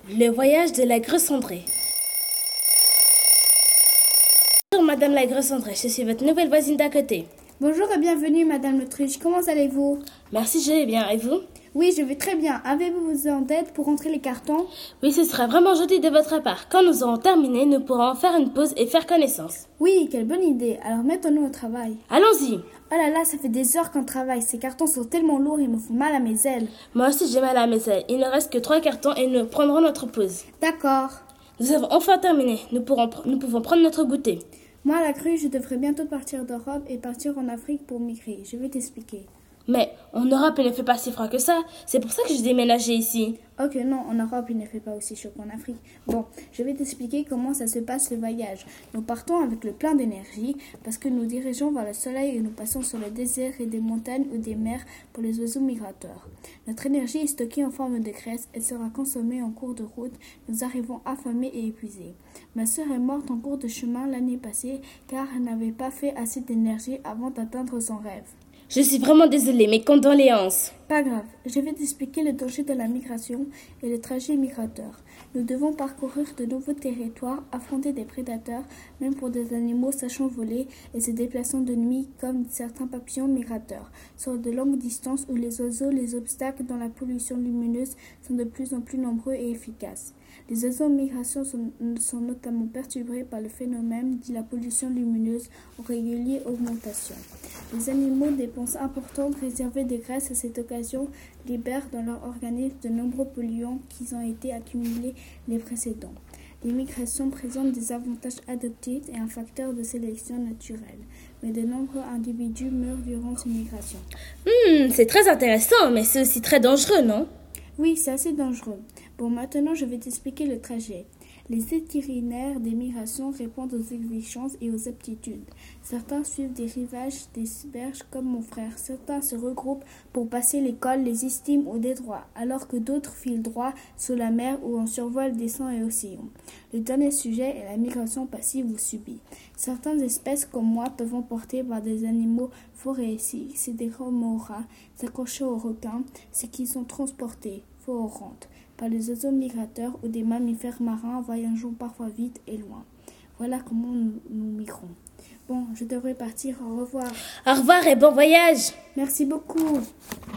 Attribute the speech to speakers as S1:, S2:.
S1: Le voyage de la grue cendrée. Bonjour Madame la grue cendrée, je suis votre nouvelle voisine d'à côté.
S2: Bonjour et bienvenue Madame l'Autruche, comment allez-vous?
S1: Merci, je vais bien, et vous?
S2: Oui, je vais très bien. Avez-vous besoin d'aide pour rentrer les cartons?
S1: Oui, ce sera vraiment gentil de votre part. Quand nous aurons terminé, nous pourrons faire une pause et faire connaissance.
S2: Oui, quelle bonne idée. Alors mettons-nous au travail.
S1: Allons-y.
S2: Oh là là, ça fait des heures qu'on travaille. Ces cartons sont tellement lourds, ils me font mal à mes ailes.
S1: Moi aussi j'ai mal à mes ailes. Il ne reste que 3 cartons et nous prendrons notre pause.
S2: D'accord.
S1: Nous avons enfin terminé. Nous pouvons prendre notre goûter.
S2: Moi, à la crue, je devrais bientôt partir d'Europe et partir en Afrique pour migrer. Je vais t'expliquer.
S1: Mais en Europe, il ne fait pas si froid que ça. C'est pour ça que j'ai déménagé ici.
S2: Ok, non, en Europe, il ne fait pas aussi chaud qu'en Afrique. Bon, je vais t'expliquer comment ça se passe le voyage. Nous partons avec le plein d'énergie parce que nous dirigeons vers le soleil et nous passons sur le désert et des montagnes ou des mers pour les oiseaux migrateurs. Notre énergie est stockée en forme de graisse. Elle sera consommée en cours de route. Nous arrivons affamés et épuisés. Ma sœur est morte en cours de chemin l'année passée car elle n'avait pas fait assez d'énergie avant d'atteindre son rêve.
S1: Je suis vraiment désolée, mes condoléances.
S2: Pas grave, je vais t'expliquer le danger de la migration et le trajet migrateur. Nous devons parcourir de nouveaux territoires, affronter des prédateurs, même pour des animaux sachant voler et se déplaçant de nuit comme certains papillons migrateurs. Sur de longues distances où les oiseaux, les obstacles dans la pollution lumineuse sont de plus en plus nombreux et efficaces. Les oiseaux en migration sont notamment perturbés par le phénomène dit la pollution lumineuse en régulière augmentation. Les animaux dépensent importantes réservées de graisse à cette occasion libèrent dans leur organisme de nombreux polluants qui ont été accumulés les précédents. Les migrations présentent des avantages adaptifs et un facteur de sélection naturelle, mais de nombreux individus meurent durant ces migrations.
S1: C'est très intéressant, mais c'est aussi très dangereux, non?
S2: Oui, c'est assez dangereux. Bon, maintenant je vais t'expliquer le trajet. Les itinéraires des migrations répondent aux exigences et aux aptitudes. Certains suivent des rivages, des berges comme mon frère. Certains se regroupent pour passer les cols, les isthmes ou des droits, alors que d'autres filent droit sous la mer ou en survol des sangs et océans. Le dernier sujet est la migration passive ou subie. Certaines espèces comme moi peuvent emporter par des animaux forestiers, c'est des cormorans, s'accrocher aux requins, c'est qu'ils sont transportés, forantes, par les oiseaux migrateurs ou des mammifères marins voyageant parfois vite et loin. Voilà comment nous migrons. Bon, je devrais partir. Au revoir.
S1: Au revoir et bon voyage.
S2: Merci beaucoup.